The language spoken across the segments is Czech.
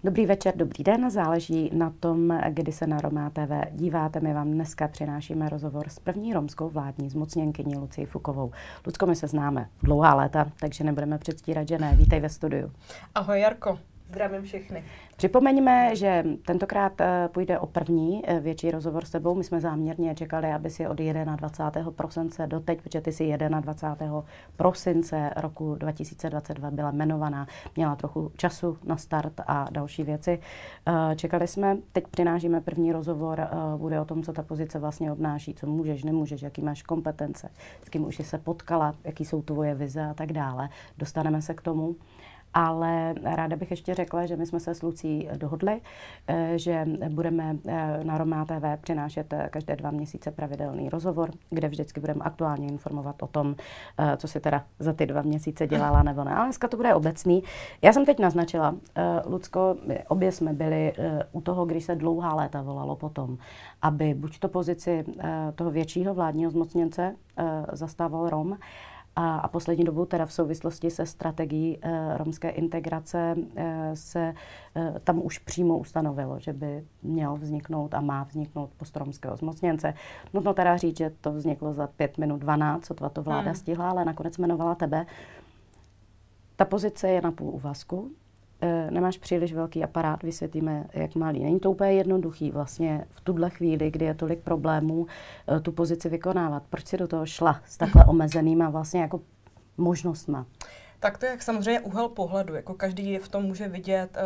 Dobrý večer, dobrý den, záleží na tom, kdy se na Roma TV díváte. My vám dneska přinášíme rozhovor s první romskou vládní zmocněnkyní Lucií Fukovou. Lucko, my se známe dlouhá léta, takže nebudeme předstírat, že ne. Vítej ve studiu. Ahoj Jarko, zdravím všechny. Připomeňme, že tentokrát půjde o první větší rozhovor s tebou. My jsme záměrně čekali, aby si od 21. prosince do teď, protože ty si 21. prosince roku 2022 byla jmenovaná, měla trochu času na start a další věci. Čekali jsme, teď přinášíme první rozhovor, bude o tom, co ta pozice vlastně obnáší, co můžeš, nemůžeš, jaký máš kompetence, s kým už jsi se potkala, jaký jsou tvoje vize a tak dále. Dostaneme se k tomu. Ale ráda bych ještě řekla, že my jsme se s Lucí dohodli, že budeme na Roma TV přinášet každé 2 měsíce pravidelný rozhovor, kde vždycky budeme aktuálně informovat o tom, co si teda za ty 2 měsíce dělala nebo ne. Ale dneska to bude obecný. Já jsem teď naznačila, Lucko, obě jsme byli u toho, když se dlouhá léta volalo potom, aby buď to pozici toho většího vládního zmocněnce zastával Rom, a poslední dobou teda v souvislosti se strategií romské integrace se tam už přímo ustanovilo, že by měl vzniknout a má vzniknout post romského zmocněnce. Nutno teda říct, že to vzniklo za 5 minut 12, co to vláda stihla, ale nakonec jmenovala tebe. Ta pozice je na půl úvazku. Nemáš příliš velký aparát, vysvětlíme, jak malý. Není to úplně jednoduchý vlastně v tuhle chvíli, kdy je tolik problémů, tu pozici vykonávat. Proč si do toho šla s takhle omezenýma vlastně jako možnostma? Tak to je samozřejmě úhel pohledu. Jako každý v tom může vidět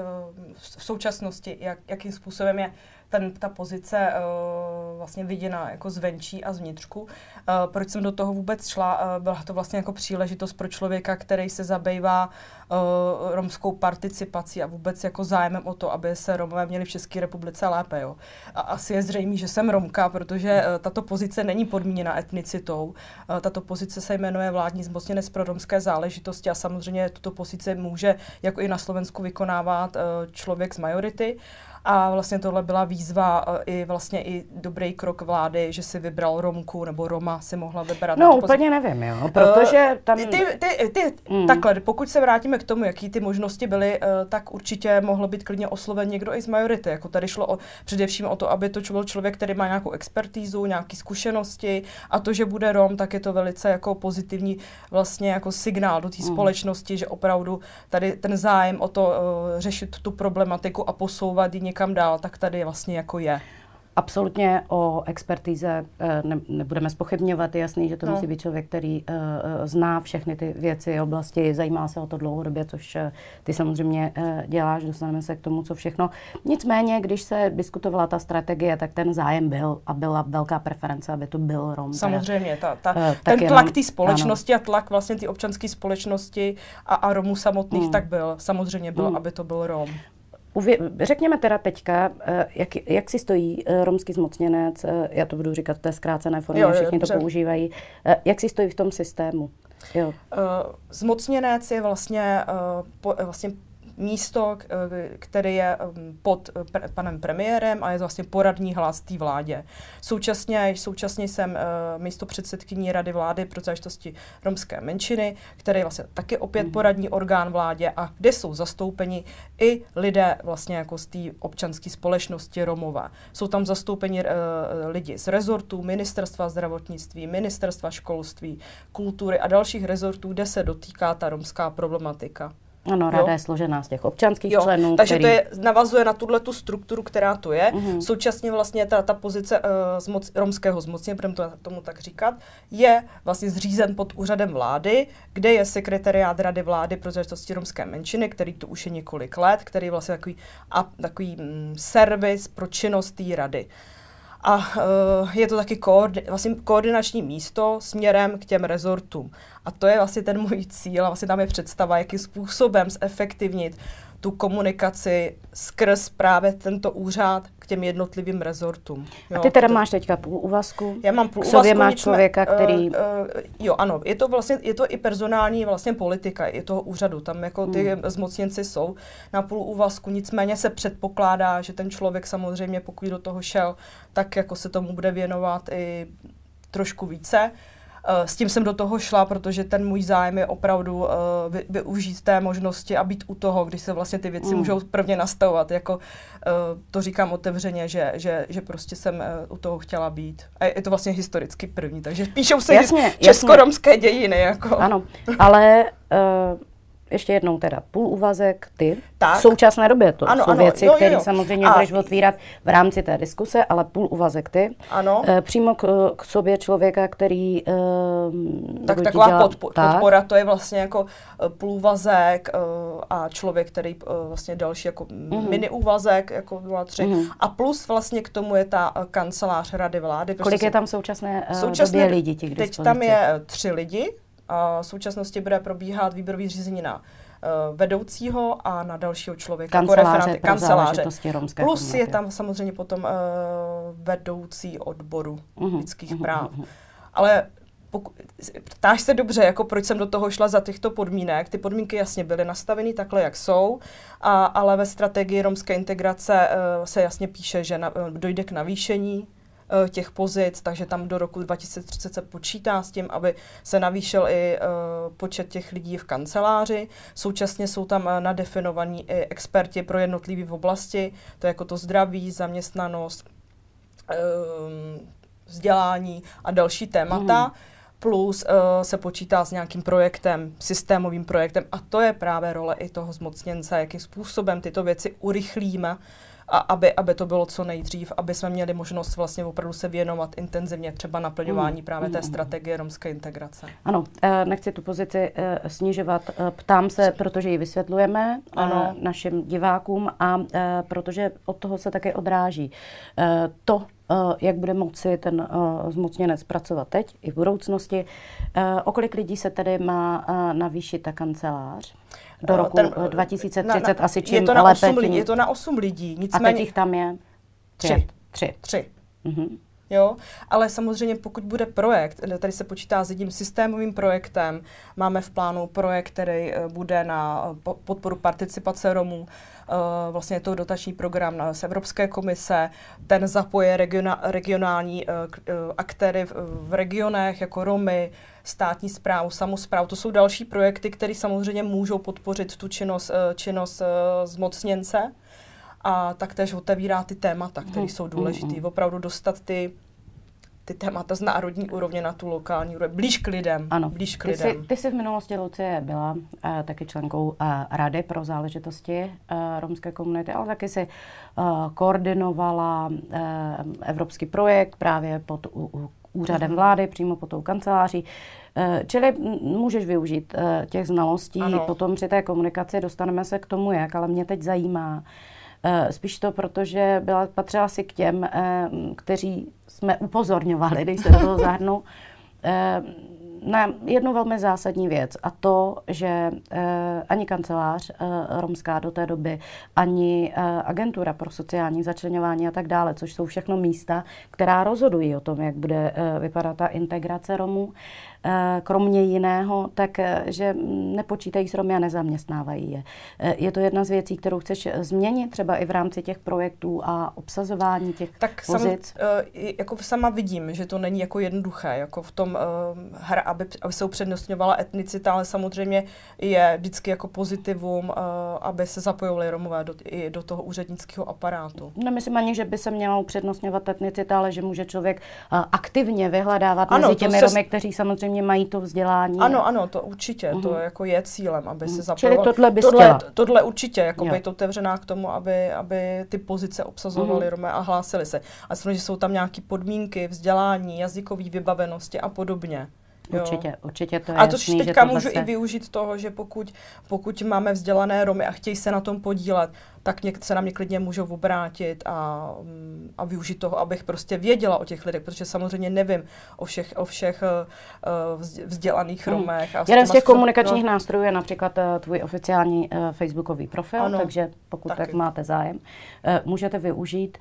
v současnosti, jakým způsobem je ta pozice vlastně viděna jako zvenčí a zvnitřku. Proč jsem do toho vůbec šla? Byla to vlastně jako příležitost pro člověka, který se zabývá romskou participací a vůbec jako zájmem o to, aby se Romové měli v České republice lépe. Jo. A asi je zřejmé, že jsem Romka, protože tato pozice není podmíněna etnicitou. Tato pozice se jmenuje vládní zmocněnec pro romské záležitosti a samozřejmě tuto pozici může jako i na Slovensku vykonávat člověk z majority. A vlastně tohle byla výzva i dobrý krok vlády, že si vybral Romku nebo Roma si mohla vybrat. No úplně nevím, jo, protože tam... Takhle, pokud se vrátíme k tomu, jaký ty možnosti byly, tak určitě mohlo být klidně osloven někdo i z majority. Jako tady šlo především o to, aby to byl člověk, který má nějakou expertízu, nějaké zkušenosti a to, že bude Rom, tak je to velice jako pozitivní vlastně jako signál do té společnosti, že opravdu tady ten zájem o to řešit tu problematiku a posouvat ji někam dál, tak tady vlastně jako je. Absolutně o expertíze nebudeme zpochybňovat. Je jasný, že to musí být člověk, který zná všechny ty věci, oblasti, zajímá se o to dlouhodobě, což ty samozřejmě děláš, dostaneme se k tomu, co všechno. Nicméně, když se diskutovala ta strategie, tak ten zájem byl a byla velká preference, aby to byl Rom. Samozřejmě, ten tlak té společnosti a tlak vlastně té občanské společnosti a Romů samotných tak byl, samozřejmě byl, aby to byl Rom. Řekněme teda teďka, jak si stojí romský zmocněnec, já to budu říkat v té zkrácené formě, všichni to používají, jak si stojí v tom systému? Jo. Zmocněnec je vlastně místo, které je pod panem premiérem a je vlastně poradní hlas té vládě. Současně jsem místopředsedkyní Rady vlády pro záležitosti romské menšiny, který je vlastně taky opět poradní orgán vládě a kde jsou zastoupeni i lidé vlastně jako z té občanské společnosti Romové. Jsou tam zastoupeni lidi z rezortů Ministerstva zdravotnictví, Ministerstva školství, kultury a dalších rezortů, kde se dotýká ta romská problematika. Ano, rada je složená z těch občanských členů. Takže to navazuje na tu strukturu, která tu je. Současně vlastně ta pozice romského zmocněnce, budeme to tomu tak říkat, je vlastně zřízen pod úřadem vlády, kde je sekretariát Rady vlády pro záležitosti romské menšiny, který tu už je několik let, který je vlastně takový servis pro činnost té rady. A je to taky vlastně koordinační místo směrem k těm rezortům. A to je vlastně ten můj cíl a vlastně tam je představa, jakým způsobem zefektivnit tu komunikaci skrz právě tento úřad k těm jednotlivým rezortům. Jo, a ty teda máš teďka půl úvazku? Já mám půl úvazku. K sobě máš člověka, který... Jo, ano, je to i personální vlastně politika, i toho úřadu. Tam jako ty zmocněnci jsou na půl úvazku, nicméně se předpokládá, že ten člověk samozřejmě, pokud do toho šel, tak jako se tomu bude věnovat i trošku více. S tím jsem do toho šla, protože ten můj zájem je opravdu využít té možnosti a být u toho, když se vlastně ty věci můžou prvně nastavovat. Jako, to říkám otevřeně, že prostě jsem u toho chtěla být. A je to vlastně historicky první, takže píšou se českoromské dějiny. Jako. Ano, ale... ještě jednou teda, půlúvazek ty. Tak. V současné době to jsou věci, jo. které samozřejmě budeš otvírat v rámci té diskuse, ale půlúvazek ty. Ano. Přímo k sobě člověka, který tak taková podpora, to je vlastně jako půlúvazek a člověk, který vlastně další jako miniúvazek, jako 0,3. A plus vlastně k tomu je ta kancelář Rady vlády. Kolik je tam v současné době lidí těch teď tam je 3 lidi. A v současnosti bude probíhat výběrový řízení na vedoucího a na dalšího člověka. Kanceláře. Plus je tam samozřejmě potom vedoucí odboru lidských práv. Ale ptáš se dobře, jako proč jsem do toho šla za těchto podmínek. Ty podmínky jasně byly nastaveny takhle, jak jsou, ale ve strategii romské integrace se jasně píše, že dojde k navýšení těch pozic, takže tam do roku 2030 se počítá s tím, aby se navýšil i počet těch lidí v kanceláři. Současně jsou tam nadefinovaní i experti pro jednotlivé v oblasti, to je jako to zdraví, zaměstnanost, vzdělání a další témata. Plus se počítá s nějakým projektem, systémovým projektem a to je právě role i toho zmocněnce, jakým způsobem tyto věci urychlíme, a aby to bylo co nejdřív, aby jsme měli možnost vlastně opravdu se věnovat intenzivně třeba naplňování právě té strategie romské integrace. Ano, nechci tu pozici snižovat. Ptám se, protože ji vysvětlujeme našim divákům a protože od toho se také odráží to, jak bude moci ten zmocněnec pracovat teď i v budoucnosti. O kolik lidí se tedy má navýšit ta kancelář? Do roku 2030 asi čím lépe tím. Je to na 8 lidí. Nicméně, a teď jich tam je 3. Jo, ale samozřejmě pokud bude projekt, tady se počítá s jedním systémovým projektem, máme v plánu projekt, který bude na podporu participace Romů, vlastně je to dotační program z Evropské komise, ten zapoje regionální aktéry v regionech, jako Romy, státní správu, samosprávu. To jsou další projekty, které samozřejmě můžou podpořit tu činnost zmocněnce. A taktéž otevírá ty témata, které jsou důležité. Opravdu dostat ty témata z národní úrovně na tu lokální úroveň. Blíž k lidem. Ano. Blíž k lidem. Ty jsi v minulosti, Lucie, byla taky členkou Rady pro záležitosti romské komunity, ale taky si koordinovala evropský projekt právě pod úřadem vlády, přímo pod tou kanceláří. Čili můžeš využít těch znalostí. Potom při té komunikaci dostaneme se k tomu, jak, ale mě teď zajímá, spíš to, protože patřila si k těm, kteří jsme upozorňovali, když se do toho zahrnu, na jednu velmi zásadní věc, a to, že ani kancelář romská do té doby, ani agentura pro sociální začleňování a tak dále, což jsou všechno místa, která rozhodují o tom, jak bude vypadat ta integrace Romů, kromě jiného, tak že nepočítají s Romy a nezaměstnávají je. Je to jedna z věcí, kterou chceš změnit třeba i v rámci těch projektů a obsazování těch pozic? Jako sama vidím, že to není jako jednoduché, jako v tom aby se upřednostňovala etnicita, ale samozřejmě je vždycky jako pozitivum, aby se zapojovali Romové i do toho úřednického aparátu. Nemyslím ani, že by se měla upřednostňovat etnicita, ale že může člověk aktivně vyhledávat mezi těmi Romy, kteří samozřejmě mají to vzdělání. Ano, to určitě, to jako je cílem, aby se zapojovali. Čili tohle bys chtěla. Tohle určitě, jako být otevřená k tomu, aby ty pozice obsazovaly Romé a hlásili se. A samozřejmě jsou tam nějaké podmínky, vzdělání, jazykové vybavenosti a podobně. Určitě to je a to jasný, teďka můžu i využít toho, že pokud máme vzdělané Romy a chtějí se na tom podílet, tak se na mě klidně můžou obrátit a využít toho, abych prostě věděla o těch lidech, protože samozřejmě nevím o všech vzdělaných Romech. Jeden z těch komunikačních nástrojů je například tvůj oficiální facebookový profil, takže pokud tak máte zájem, můžete využít.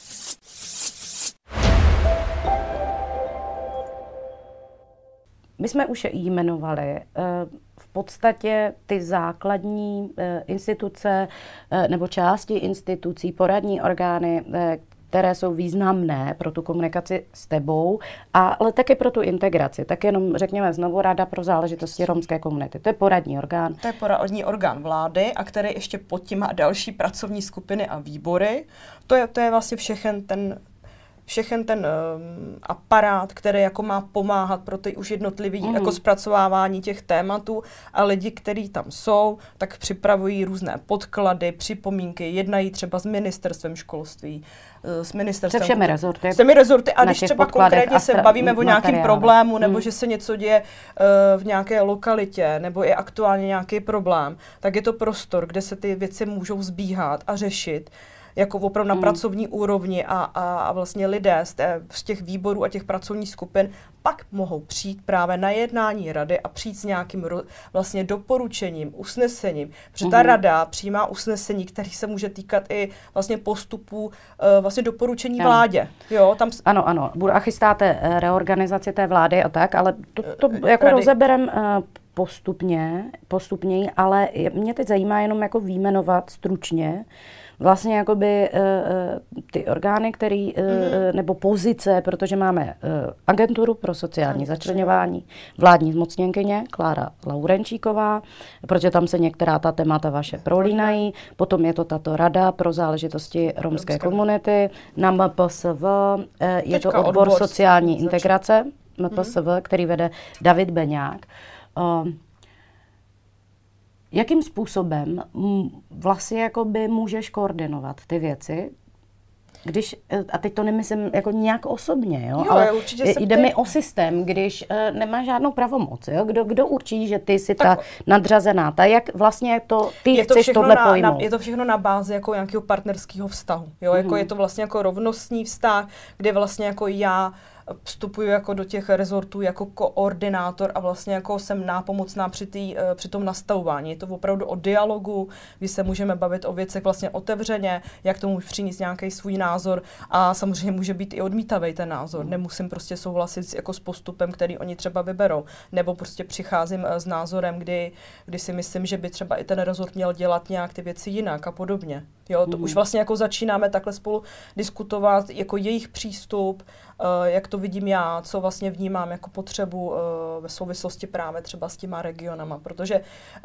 My jsme už jmenovali v podstatě ty základní instituce nebo části institucí, poradní orgány, které jsou významné pro tu komunikaci s tebou, ale taky pro tu integraci. Tak jenom řekněme znovu Rada pro záležitosti romské komunity. To je poradní orgán. To je poradní orgán vlády, a který ještě pod tím má další pracovní skupiny a výbory. To je vlastně všechen ten aparát, který jako má pomáhat pro ty už jednotlivý jako zpracovávání těch tématů, a lidi, kteří tam jsou, tak připravují různé podklady, připomínky, jednají třeba s ministerstvem školství, s ministerstvem... Se všemi rezorty. S těmi rezorty, a když třeba konkrétně se bavíme o nějakém problému, nebo že se něco děje v nějaké lokalitě, nebo je aktuálně nějaký problém, tak je to prostor, kde se ty věci můžou sbíhat a řešit jako opravdu na pracovní úrovni, a vlastně lidé z těch výborů a těch pracovních skupin pak mohou přijít právě na jednání rady a přijít s nějakým vlastně doporučením, usnesením. Protože ta rada přijímá usnesení, který se může týkat i vlastně postupů, vlastně doporučení vládě. Jo, tam... Ano. A chystáte reorganizaci té vlády a tak, ale to jako rozeberem postupněji, ale mě teď zajímá jenom jako výjmenovat stručně vlastně jakoby ty orgány, který, nebo pozice, protože máme agenturu pro sociální začleňování, vládní zmocněnkyně Klára Laurenčíková, protože tam se některá ta témata vaše prolínají, potom je to tato Rada pro záležitosti romské komunity, na MPSV je to odbor sociální integrace, MPSV, který vede David Beňák. Jakým způsobem vlastně jakoby můžeš koordinovat ty věci, když, a teď to nemyslím jako nějak osobně, jo, ale jde mi o systém, když nemá žádnou pravomoc, jo? Kdo určí, že ty jsi ta nadřazená, jak vlastně ty chceš tohle pojmout? Je to všechno na bázi jako nějakého partnerského vztahu, jo, jako je to vlastně jako rovnostní vztah, kde vlastně jako já vstupuji jako do těch rezortů jako koordinátor a vlastně jako jsem nápomocná při tom nastavování. Je to opravdu o dialogu, kdy se můžeme bavit o věcech vlastně otevřeně, jak tomu přinést nějaký svůj názor, a samozřejmě může být i odmítavý ten názor. Nemusím prostě souhlasit jako s postupem, který oni třeba vyberou. Nebo prostě přicházím s názorem, kdy si myslím, že by třeba i ten rezort měl dělat nějak ty věci jinak a podobně. Jo, to už vlastně jako začínáme takhle spolu diskutovat, jako jejich přístup, jak to vidím já, co vlastně vnímám jako potřebu ve souvislosti právě třeba s těma regionama, protože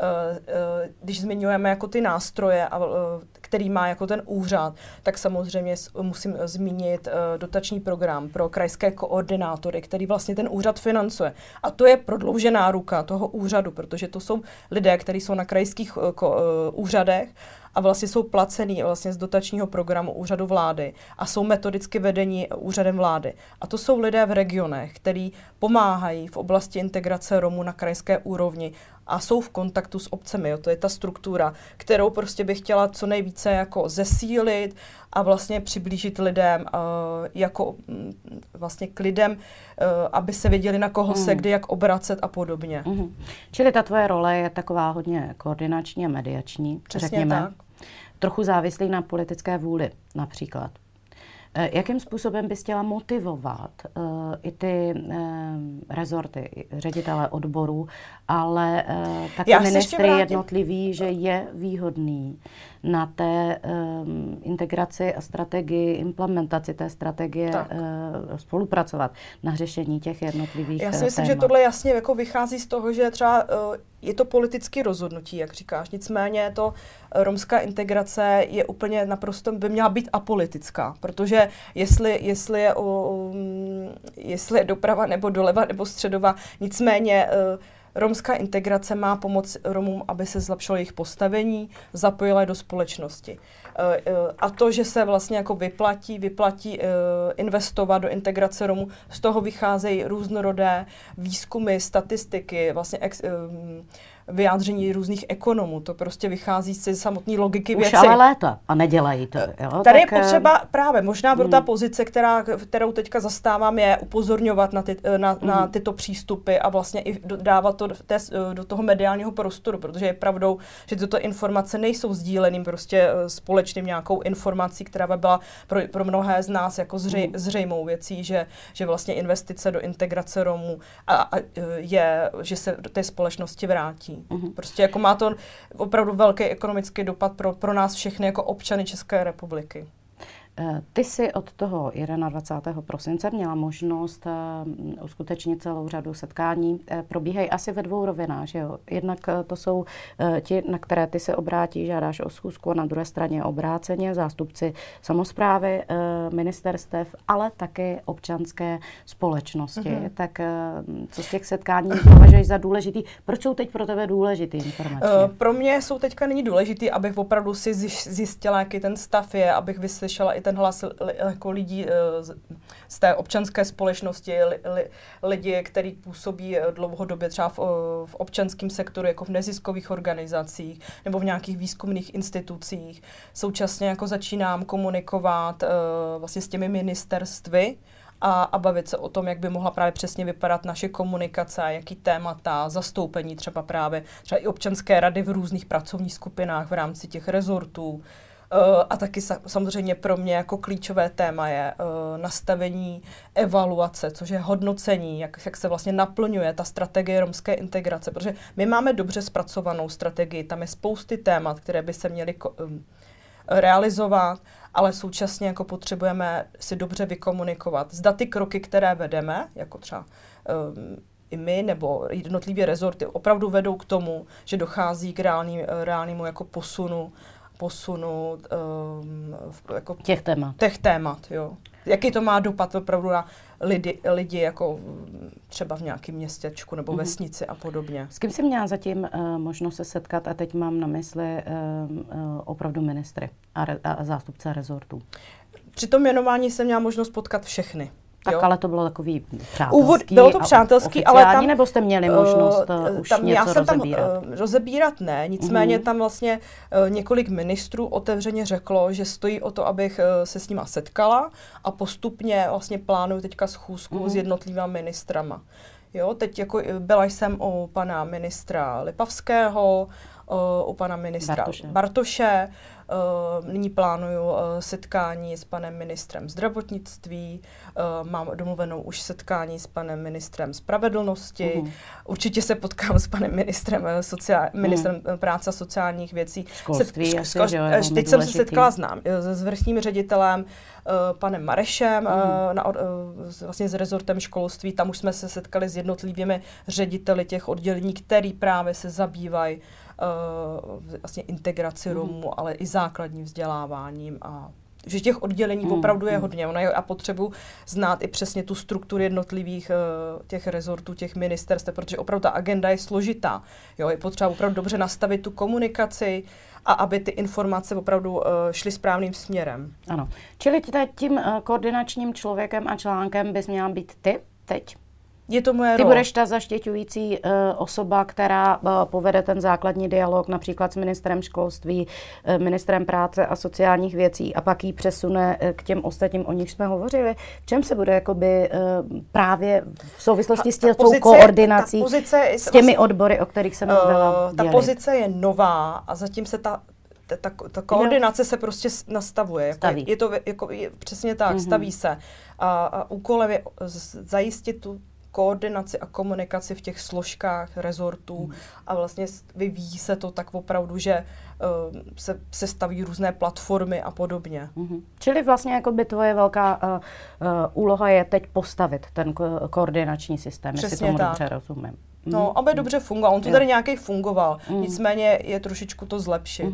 když zmiňujeme jako ty nástroje, který má jako ten úřad, tak samozřejmě musím zmínit dotační program pro krajské koordinátory, který vlastně ten úřad financuje. A to je prodloužená ruka toho úřadu, protože to jsou lidé, kteří jsou na krajských úřadech a vlastně jsou placený vlastně z dotačního programu úřadu vlády a jsou metodicky vedení úřadem vlády. A to jsou lidé v regionech, kteří pomáhají v oblasti integrace Romů na krajské úrovni a jsou v kontaktu s obcemi. Jo. To je ta struktura, kterou prostě bych chtěla co nejvíce jako zesílit a vlastně přiblížit lidem, jako vlastně k lidem, aby se věděli, na koho se kdy jak obracet a podobně. Čili ta tvoje role je taková hodně koordinační a mediační, přesně řekněme. Tak. Trochu závislý na politické vůli například. Jakým způsobem bys chtěla motivovat i ty rezorty, ředitele odborů, ale taky ministry jednotlivý, že je výhodný na té integraci a strategii, implementaci té strategie spolupracovat na řešení těch jednotlivých Já si myslím, témat. že tohle jasně jako vychází z toho, že třeba je to politické rozhodnutí, jak říkáš. Nicméně to romská integrace je úplně naprosto, by měla být apolitická, protože jestli je doprava nebo doleva nebo středova, nicméně romská integrace má pomoct Romům, aby se zlepšilo jejich postavení, zapojila je do společnosti. A to, že se vlastně jako vyplatí investovat do integrace Romů, z toho vycházejí různorodé výzkumy, statistiky, vlastně vyjádření různých ekonomů. To prostě vychází z samotné logiky věci. Už ale léta a nedělají to. Jo? Tady je potřeba právě, možná pro ta pozice, kterou teďka zastávám, je upozorňovat na tyto přístupy a vlastně i dávat to do toho mediálního prostoru, protože je pravdou, že tyto informace nejsou sdíleným prostě společným nějakou informací, která by byla pro mnohé z nás jako zřejmou věcí, že vlastně investice do integrace Romů že se do té společnosti vrátí. Prostě jako má to opravdu velký ekonomický dopad pro nás všechny jako občany České republiky. Ty jsi od toho 21. prosince měla možnost uskutečnit celou řadu setkání. Probíhají asi ve dvou rovinách, že jo? Jednak to jsou ti, na které ty se obrátíš, žádáš o schůzku, a na druhé straně obráceně zástupci samosprávy, ministerstev, ale taky občanské společnosti. Tak co z těch setkání považuješ za důležitý? Proč jsou teď pro tebe důležitý informačně? Pro mě jsou teďka není důležitý, abych opravdu si zjistila, jaký ten stav je, abych vyslyšela i ten hlas jako lidí z té občanské společnosti, lidi, kteří působí dlouhodobě třeba v občanském sektoru, jako v neziskových organizacích nebo v nějakých výzkumných institucích. Současně jako začínám komunikovat vlastně s těmi ministerstvy a bavit se o tom, jak by mohla právě přesně vypadat naše komunikace, jaký témata, zastoupení třeba i občanské rady v různých pracovních skupinách v rámci těch rezortů. A taky samozřejmě pro mě jako klíčové téma je nastavení evaluace, což je hodnocení, jak se vlastně naplňuje ta strategie romské integrace, protože my máme dobře zpracovanou strategii, tam je spousty témat, které by se měly realizovat, ale současně jako potřebujeme si dobře vykomunikovat. Zda ty kroky, které vedeme, jako třeba i my nebo jednotlivé rezorty, opravdu vedou k tomu, že dochází k reálnému jako posunu jako těch témat, jo. Jaký to má dopad opravdu na lidi jako třeba v nějakém městečku nebo vesnici a podobně. S kým jsi měla zatím možnost se setkat, a teď mám na mysli opravdu ministry a zástupce rezortů? Při tom jmenování jsem měla možnost potkat všechny. Tak jo? Ale to bylo takový přátelský. Bylo to přátelský, ale tam... nebo jste měli možnost už tam, něco já jsem rozebírat? Tam rozebírat ne, nicméně tam vlastně několik ministrů otevřeně řeklo, že stojí o to, abych se s nima setkala a postupně vlastně plánuju teďka schůzku s jednotlivými ministrama. Jo, teď jako byla jsem u pana ministra Lipavského, u pana ministra Bartoše. Nyní plánuju setkání s panem ministrem zdravotnictví, mám domluvenou už setkání s panem ministrem spravedlnosti, určitě se potkám s panem ministrem práce a sociálních věcí. Školství teď jsem se setkala s vrchním ředitelem panem Marešem, vlastně s rezortem školství, tam už jsme se setkali s jednotlivými řediteli těch oddělení, který právě se zabývají vlastně integraci Romů, ale i základním vzděláváním a že těch oddělení opravdu je hodně. A potřebuji znát i přesně tu strukturu jednotlivých těch rezortů, těch ministerstev, protože opravdu ta agenda je složitá. Jo, je potřeba opravdu dobře nastavit tu komunikaci a aby ty informace opravdu šly správným směrem. Ano. Čili tím koordinačním člověkem a článkem bys měla být ty teď? Je to moje Ty budeš ta zaštiťující osoba, která povede ten základní dialog například s ministrem školství, ministrem práce a sociálních věcí a pak ji přesune k těm ostatním, o nich jsme hovořili. V čem se bude jakoby právě v souvislosti s tou koordinací s těmi odbory, o kterých jsem mluvila, ta pozice je nová a zatím se ta koordinace se prostě nastavuje. Je to přesně tak, staví se. A úkolem je zajistit tu koordinaci a komunikaci v těch složkách rezortů a vlastně vyvíjí se to tak opravdu, že se staví různé platformy a podobně. Čili vlastně jakoby tvoje velká úloha je teď postavit ten koordinační systém, jestli tomu dobře rozumím. No, aby dobře fungoval. On to tady nějaký fungoval, nicméně je trošičku to zlepšit.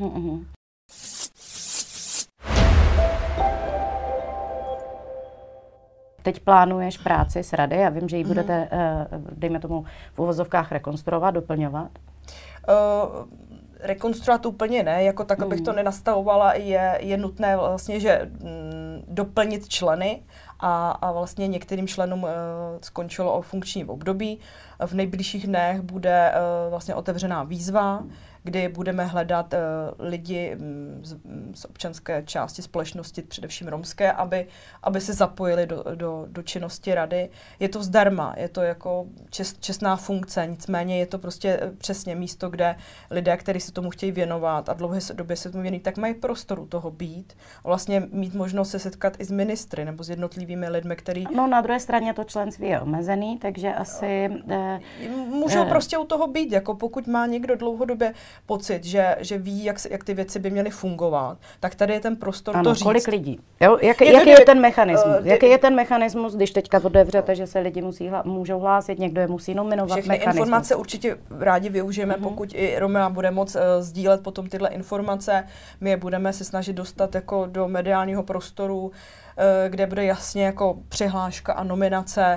Teď plánuješ práci s rady, já vím, že ji budete, dejme tomu, v uvozovkách rekonstruovat, doplňovat? Rekonstruovat úplně ne, jako tak, abych to nenastavovala, je nutné vlastně, že doplnit členy a vlastně některým členům skončilo funkční období. V nejbližších dnech bude vlastně otevřená výzva, kdy budeme hledat lidi z občanské části společnosti, především romské, aby se zapojili do činnosti rady. Je to zdarma, je to jako čestná funkce, nicméně je to prostě přesně místo, kde lidé, kteří se tomu chtějí věnovat a dlouhé době se tomu věnují, tak mají prostor u toho být a vlastně mít možnost se setkat i s ministry nebo s jednotlivými jednotlivými lidmi, který... No na druhé straně to členství je omezený, takže asi... Můžou prostě u toho být, jako pokud má někdo dlouhodobě pocit, že ví, jak ty věci by měly fungovat, tak tady je ten prostor to říct. Kolik lidí? Jo, jaký je ten mechanismus? Jaký je ten mechanismus, když teďka otevřete, že se lidi můžou hlásit, někdo je musí nominovat? Všechny informace určitě rádi využijeme, pokud i Romea bude moc sdílet potom tyhle informace. My je budeme se snažit dostat jako do mediálního prostoru, kde bude jasně jako přihláška a nominace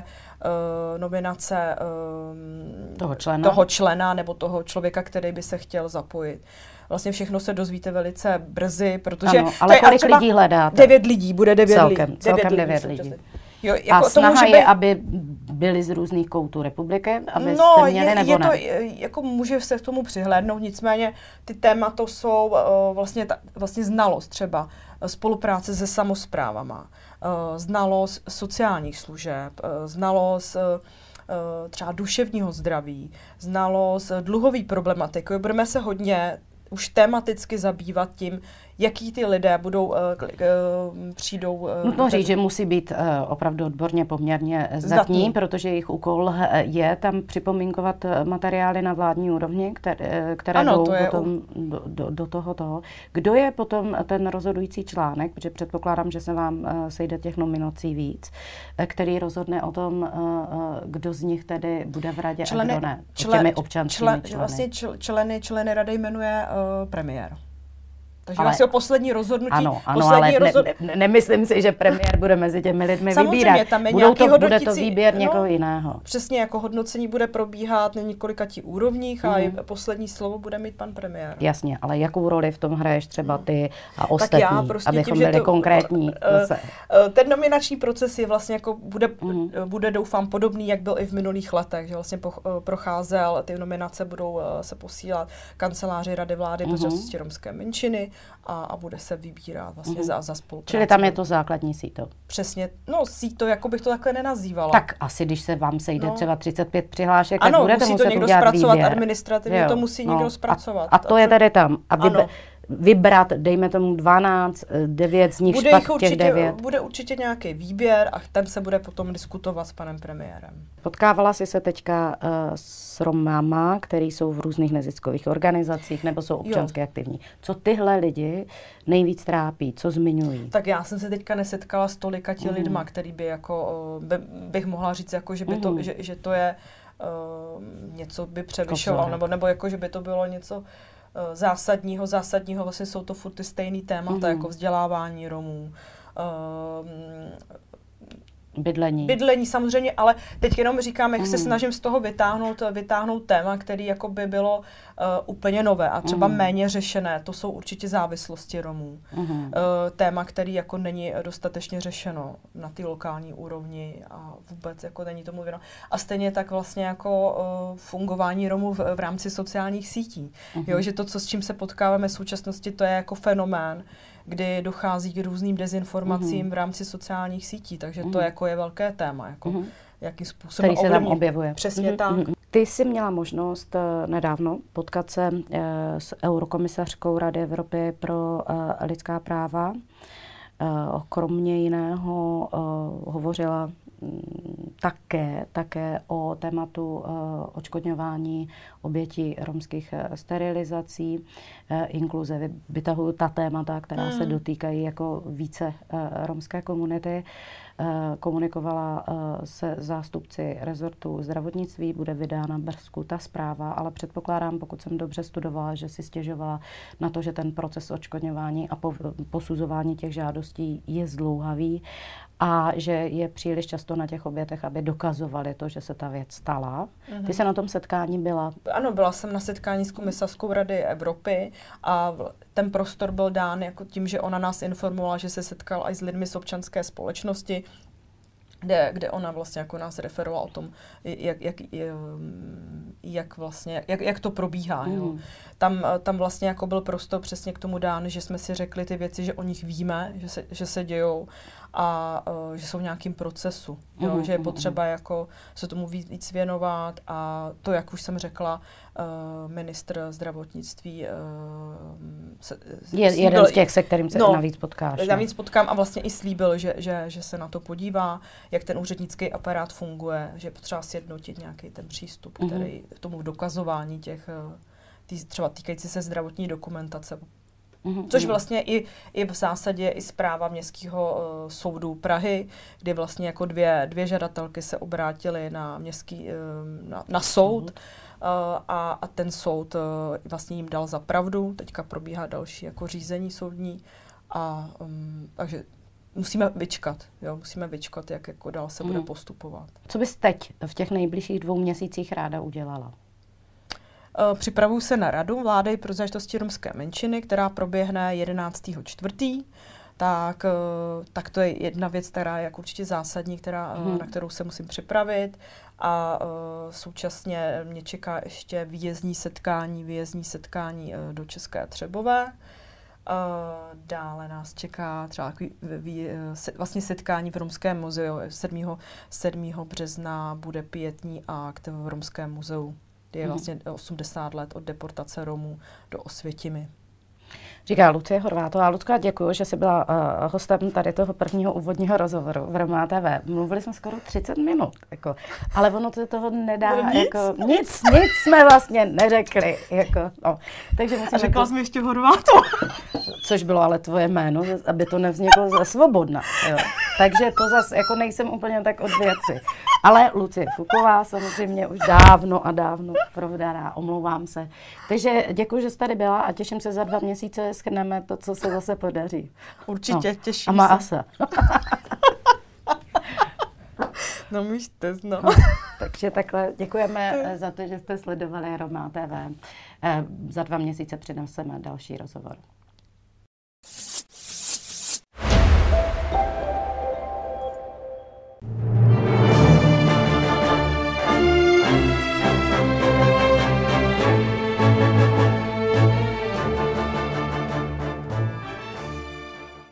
toho člena nebo toho člověka, který by se chtěl zapojit. Vlastně všechno se dozvíte velice brzy, protože... Ano, ale kolik lidí hledáte? 9 lidí, bude 9 lidí. Celkem 9 lidí. Jo, jako a snaha je, aby byli z různých koutů republiky, abyste měli, nebo ne? Jako může se k tomu přihlédnout, nicméně ty témata jsou vlastně znalost třeba spolupráce se samosprávama, znalost sociálních služeb, znalost třeba duševního zdraví, znalost dluhové problematiky. Budeme se hodně už tematicky zabývat tím, jaký ty lidé přijdou... Nutno říct, že musí být opravdu odborně poměrně zdatní, protože jejich úkol je tam připomínkovat materiály na vládní úrovni, které jdou potom do toho. Kdo je potom ten rozhodující článek, protože předpokládám, že se vám sejde těch nominací víc, který rozhodne o tom, kdo z nich tedy bude v radě a kdo ne. Těmi občanskými členy. Vlastně členy rady jmenuje premiér. Takže asi o poslední rozhodnutí... Ano, ale nemyslím si, že premiér bude mezi těmi lidmi vybírat. Tam je bude to výběr někoho jiného. Přesně, jako hodnocení bude probíhat na několika úrovních a poslední slovo bude mít pan premiér. Jasně, ale jakou roli v tom hraješ třeba ty a ostatní, abychom byli konkrétní? Ten nominační proces je vlastně jako bude doufám podobný, jak byl i v minulých letech, že vlastně procházel, ty nominace budou se posílat kanceláři Rady vlády pro záležitosti romské menšiny, a bude se vybírat vlastně za spolupráci. Čili tam je to základní síto. Přesně, síto, jako bych to takhle nenazývala. Tak asi, když se vám sejde třeba 35 přihlášek, tak budete musí to muset někdo zpracovat administrativně, to musí někdo zpracovat. A to je tady tam. A vybrat, dejme tomu 12, 9 z nich špat těch 9. Bude určitě nějaký výběr a ten se bude potom diskutovat s panem premiérem. Potkávala jsi se teďka s Romama, který jsou v různých neziskových organizacích nebo jsou občansky aktivní. Co tyhle lidi nejvíc trápí, co zmiňují? Tak já jsem se teďka nesetkala s tolika lidma, který by jako, bych mohla říct, jako, že, by to, že to je něco by převyšovalo, nebo jako, že by to bylo něco zásadního, vlastně jsou to furt ty stejný témata, jako vzdělávání Romů, Bydlení samozřejmě, ale teď jenom říkám, jak se snažím z toho vytáhnout téma, který jako by bylo úplně nové a třeba méně řešené. To jsou určitě závislosti Romů. Téma, který jako není dostatečně řešeno na té lokální úrovni a vůbec jako není tomu věno. A stejně tak vlastně jako fungování Romů v rámci sociálních sítí. Jo, že to, s čím se potkáváme v současnosti, to je jako fenomén, kdy dochází k různým dezinformacím v rámci sociálních sítí, takže to jako je velké téma, jako jakým způsobem který se tam objevuje. Přesně tak. Ty jsi měla možnost nedávno potkat se s eurokomisařkou Rady Evropy pro lidská práva. Kromě jiného hovořila také o tématu odškodňování obětí romských sterilizací, inkluze. Vytahuju ta témata, která se dotýkají jako více romské komunity. Komunikovala se zástupci rezortu zdravotnictví, bude vydána brzku ta zpráva, ale předpokládám, pokud jsem dobře studovala, že si stěžovala na to, že ten proces odškodňování a posuzování těch žádostí je zdlouhavý a že je příliš často na těch obětech, aby dokazovali to, že se ta věc stala. Ty se na tom setkání byla? Ano, byla jsem na setkání s komisařkou Rady Evropy a ten prostor byl dán jako tím, že ona nás informovala, že se setkala i s lidmi z občanské společnosti, kde ona vlastně jako nás referovala o tom, jak to probíhá. Jo. Tam vlastně jako byl prostor přesně k tomu dán, že jsme si řekli ty věci, že o nich víme, že se dějou a že jsou v nějakém procesu, jo, že je potřeba jako se tomu víc věnovat a to, jak už jsem řekla, ministr zdravotnictví je jeden z těch, se kterým se navíc potkáš. Navíc potkám a vlastně i slíbil, že se na to podívá, jak ten úřednický aparát funguje, že je potřeba sjednotit nějaký ten přístup, který tomu dokazování těch třeba týkající se zdravotní dokumentace. Což vlastně i v zásadě i zpráva Městského soudu Prahy, kdy vlastně jako dvě žadatelky se obrátily na městský na soud a ten soud vlastně jim dal za pravdu. Teďka probíhá další jako řízení soudní a takže musíme vyčkat, jak jako dál se bude postupovat. Co bys teď v těch nejbližších 2 měsících ráda udělala? Připravuju se na radu vlády pro záležitosti romské menšiny, která proběhne 11.4. Tak to je jedna věc, která je jako určitě zásadní, na kterou se musím připravit. A současně mě čeká ještě výjezdní setkání do České Třebové. Dále nás čeká třeba vlastně setkání v Romském muzeu. 7. března bude pietní akt v Romském muzeu. Je vlastně 80 let od deportace Romů do Osvětimi. Říká Lucie Horvátová. Lucka, děkuji, že jsi byla hostem tady toho prvního úvodního rozhovoru v Roma TV. Mluvili jsme skoro 30 minut, jako, ale ono to toho nedá. No, nic. Jako, nic jsme vlastně neřekli. Jako, no. Takže a řekla jsi mi ještě Horvátová. Což bylo ale tvoje jméno, aby to nevzniklo za Svobodna. Jo. Takže to zase jako nejsem úplně tak od věci. Ale Lucie Fuková samozřejmě už dávno provdará, omlouvám se. Takže děkuji, že jsi tady byla a těším se za 2 měsíce shrneme to, co se zase podaří. Určitě, těším se. A má asa. No myšte, no. Takže takhle děkujeme za to, že jste sledovali Roma TV. Za 2 měsíce přineseme další rozhovor.